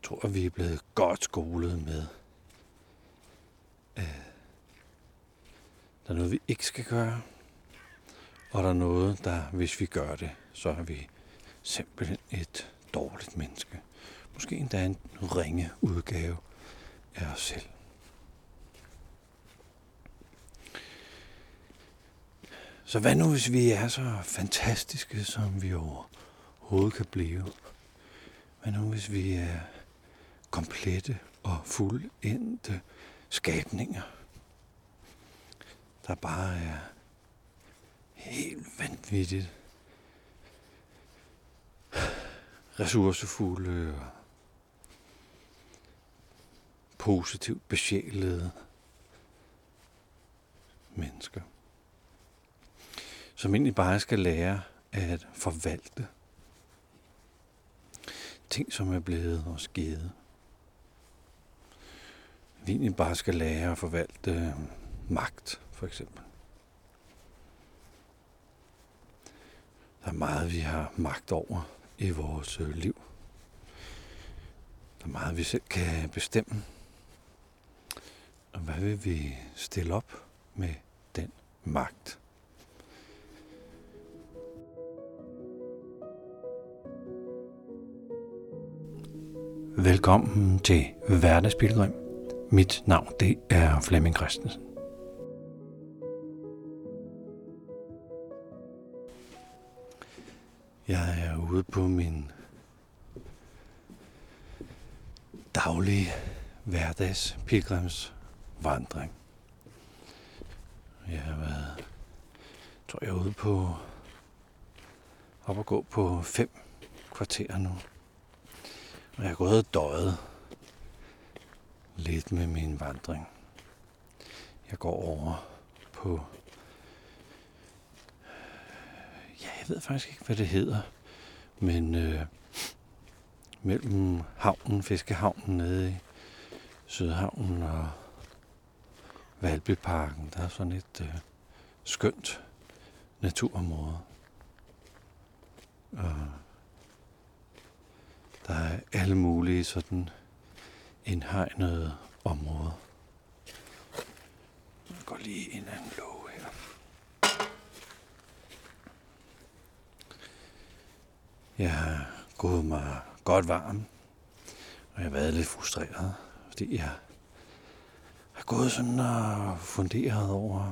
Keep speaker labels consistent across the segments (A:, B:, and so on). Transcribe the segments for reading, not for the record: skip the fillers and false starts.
A: tror, at vi er blevet godt skolet med, at der er noget, vi ikke skal gøre, og der er noget, der, hvis vi gør det, så er vi simpelthen et dårligt menneske. Måske endda en ringe udgave af os selv. Så hvad nu, hvis vi er så fantastiske, som vi overhovedet kan blive? Hvad nu, hvis vi er komplette og fuldendte skabninger, der bare er helt vanvittigt ressourcefulde og positivt besjælede mennesker, som egentlig bare skal lære at forvalte ting, som er blevet os givet. Vi egentlig bare skal lære at forvalte magt, for eksempel. Der er meget, vi har magt over i vores liv. Der er meget, vi selv kan bestemme. Og hvad vil vi stille op med den magt? Velkommen til Hverdagspilgrim. Mit navn, det er Flemming Christensen. Jeg er ude på min daglige hverdagspilgrimsvandring. Jeg har været, jeg er ude på op at gå på 5 kvarterer nu. Og jeg har gået og døjet lidt med min vandring. Jeg går over på, jeg ved faktisk ikke, hvad det hedder, men mellem havnen, fiskehavnen nede i Sydhavnen og Valbyparken, der er sådan et skønt naturområde. Og der er alle mulige sådan indhegnede områder. Jeg går lige ind ad en låge her. Jeg har gået mig godt varm, og jeg har været lidt frustreret, fordi jeg har gået sådan og funderet over,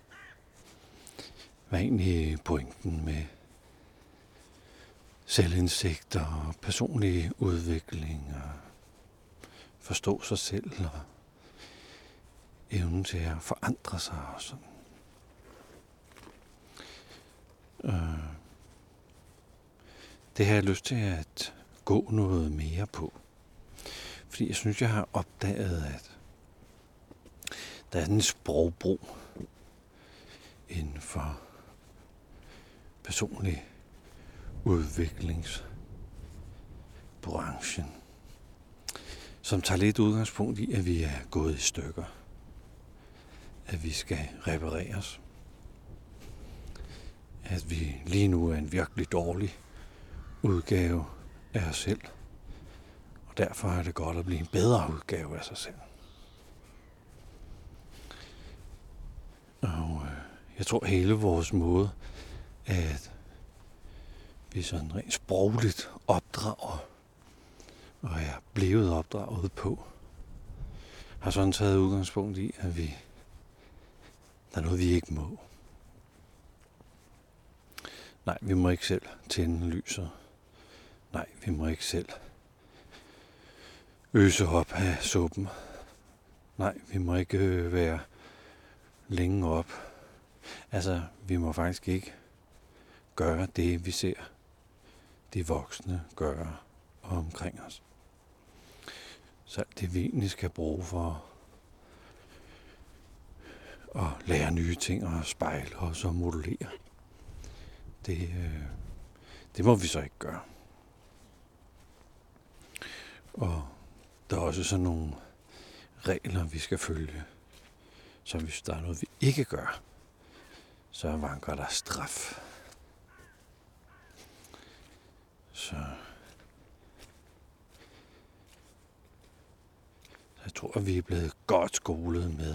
A: hvad er egentlig pointen med selvindsigt og personlig udvikling og forstå sig selv og evnen til at forandre sig og sådan. Det har jeg lyst til at gå noget mere på. Fordi jeg synes, jeg har opdaget, at der er en sprogbrug inden for personlig udviklingsbranchen, som tager lidt udgangspunkt i, at vi er gået i stykker. At vi skal repareres. At vi lige nu er en virkelig dårlig udgave af os selv. Og derfor er det godt at blive en bedre udgave af sig selv. Og jeg tror hele vores måde, at vi sådan rent sprogligt opdrager, og er blevet opdraget på, har sådan taget udgangspunkt i, at der er noget, vi ikke må. Nej, vi må ikke selv tænde lyset. Nej, vi må ikke selv øse op af suppen. Nej, vi må ikke være længe op. Altså, vi må faktisk ikke gøre det, vi ser de voksne gøre omkring os. Så alt det, vi egentlig skal bruge for at lære nye ting og spejle os og modellere, det må vi så ikke gøre. Og der er også sådan nogle regler, vi skal følge. Så hvis der er noget, vi ikke gør, så vanker der straf. Så tror, at vi er blevet godt skolet med,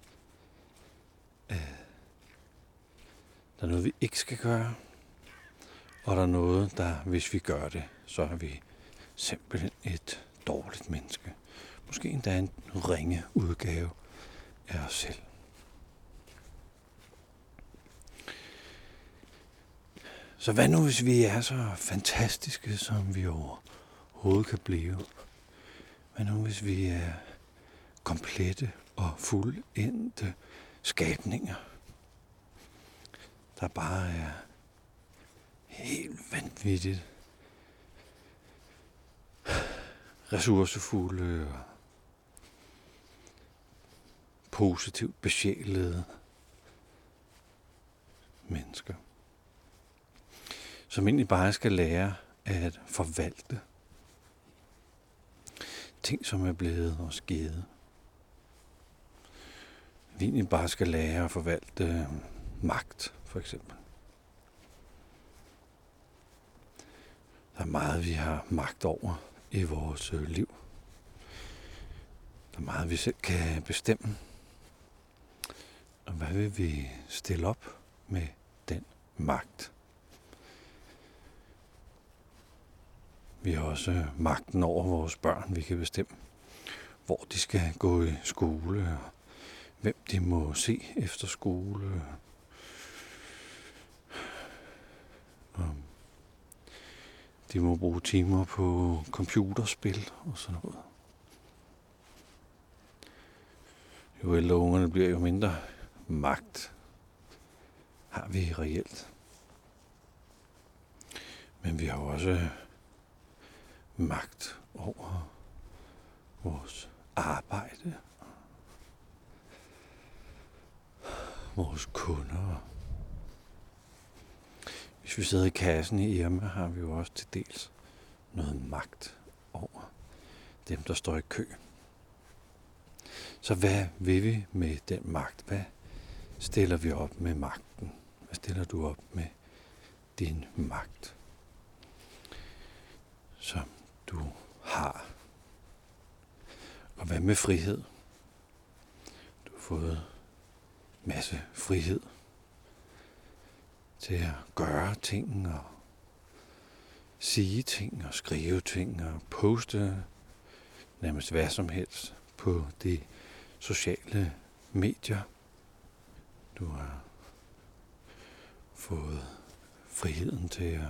A: at der er noget, vi ikke skal gøre, og der er noget, der, hvis vi gør det, så er vi simpelthen et dårligt menneske. Måske endda en ringe udgave af os selv. Så hvad nu, hvis vi er så fantastiske, som vi overhovedet kan blive? Hvad nu, hvis vi er komplette og fuldendte skabninger, der bare er helt vanvittigt ressourcefulde og positivt besjælede mennesker, som egentlig bare skal lære at forvalte ting, som er blevet os givet. Vi egentlig bare skal lære at forvalte magt, for eksempel. Der er meget, vi har magt over i vores liv. Der er meget, vi selv kan bestemme. Og hvad vil vi stille op med den magt? Vi har også magten over vores børn. Vi kan bestemme, hvor de skal gå i skole, og hvem de må se efter skole. Og de må bruge timer på computerspil og sådan noget. Jo ældre ungerne bliver, jo mindre magt har vi reelt. Men vi har også magt over vores arbejde, vores kunder. Hvis vi sidder i kassen i Irma, har vi jo også til dels noget magt over dem, der står i kø. Så hvad vil vi med den magt? Hvad stiller vi op med magten? Hvad stiller du op med din magt, som du har? Og hvad med frihed? Du har fået masse frihed til at gøre ting og sige ting og skrive ting og poste nærmest hvad som helst på de sociale medier. Du har fået friheden til at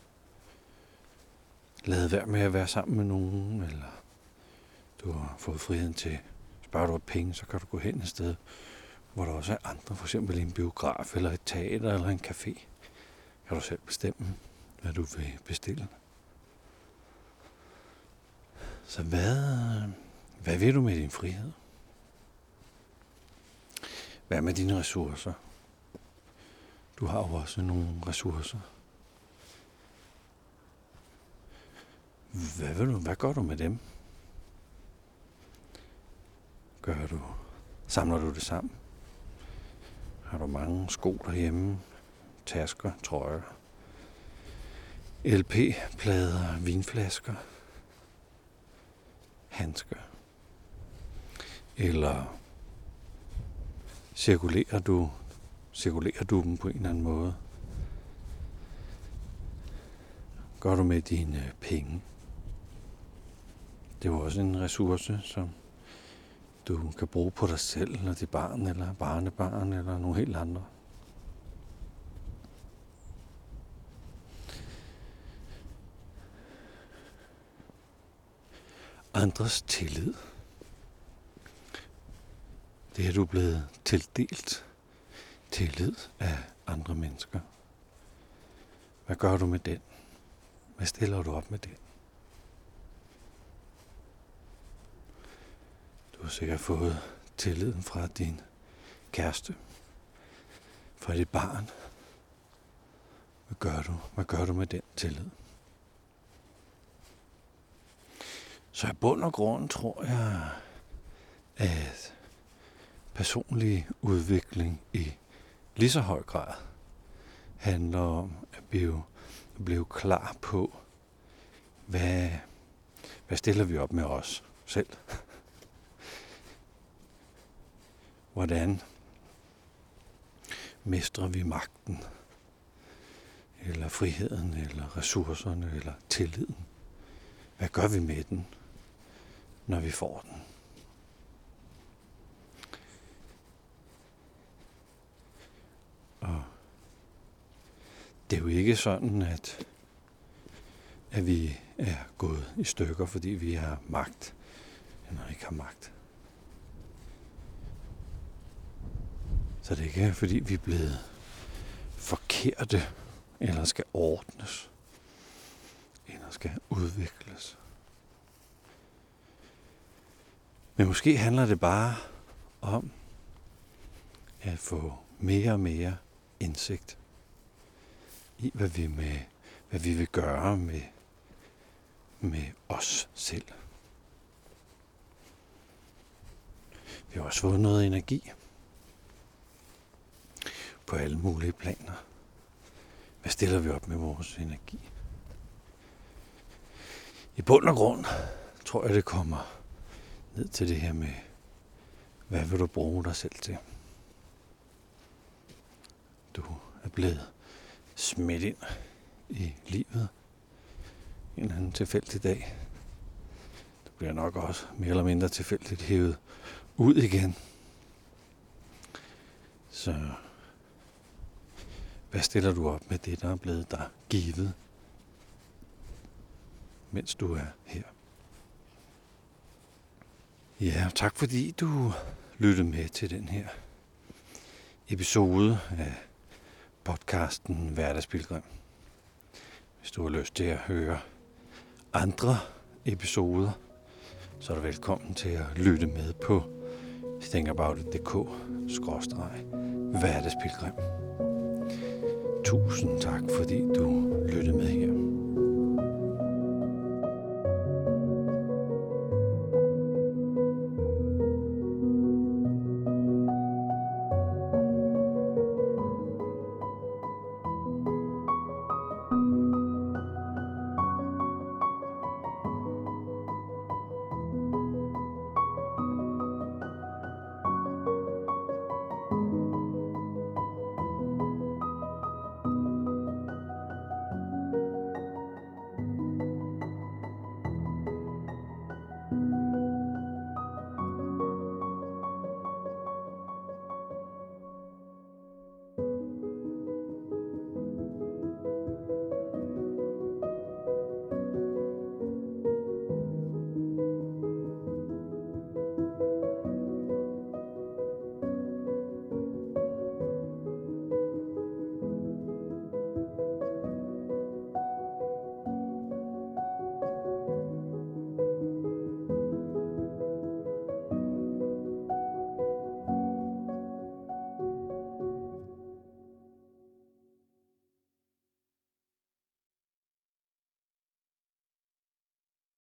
A: lade være med at være sammen med nogen, eller du har fået friheden til, sparer du penge, så kan du gå hen et sted, hvor der også er andre, for eksempel en biograf, eller et teater, eller en café. Kan du selv bestemme, hvad du vil bestille. Så hvad vil du med din frihed? Hvad med dine ressourcer? Du har jo også nogle ressourcer. Hvad gør du med dem? Samler du det sammen? Har du mange sko derhjemme? Tasker, trøjer, LP-plader, vinflasker, handsker? Eller cirkulerer du dem på en eller anden måde? Gør du med dine penge? Det er jo også en ressource, som du kan bruge på dig selv, eller dit barn, eller barnebarn, eller nogle helt andre. Andres tillid. Det er du blevet tildelt tillid af andre mennesker. Hvad gør du med den? Hvad stiller du op med den? Du har sikkert fået tilliden fra din kæreste, fra dit barn. Hvad gør du med den tillid? Så i bund og grund tror jeg, at personlig udvikling i lige så høj grad handler om at blive klar på, hvad stiller vi op med os selv? hvordan mestrer vi magten, eller friheden, eller ressourcerne, eller tilliden? Hvad gør vi med den, når vi får den? Og det er jo ikke sådan, at vi er gået i stykker, fordi vi har magt, eller ikke har magt. Så det er ikke, fordi vi er blevet forkerte, eller skal ordnes, eller skal udvikles. Men måske handler det bare om at få mere og mere indsigt i, hvad vi vil gøre med os selv. Vi har også fået noget energi på alle mulige planer. Hvad stiller vi op med vores energi? I bund og grund tror jeg, det kommer ned til det her med, hvad vil du bruge dig selv til? Du er blevet smidt ind i livet en eller anden tilfældig dag. Du bliver nok også mere eller mindre tilfældigt hævet ud igen. Så hvad stiller du op med det, der er blevet dig givet, mens du er her? Ja, tak fordi du lyttede med til den her episode af podcasten Hverdagspilgrim. Hvis du har lyst til at høre andre episoder, så er du velkommen til at lytte med på thinkabout.dk/hverdagspilgrim. Tusind tak, fordi du lyttede med her.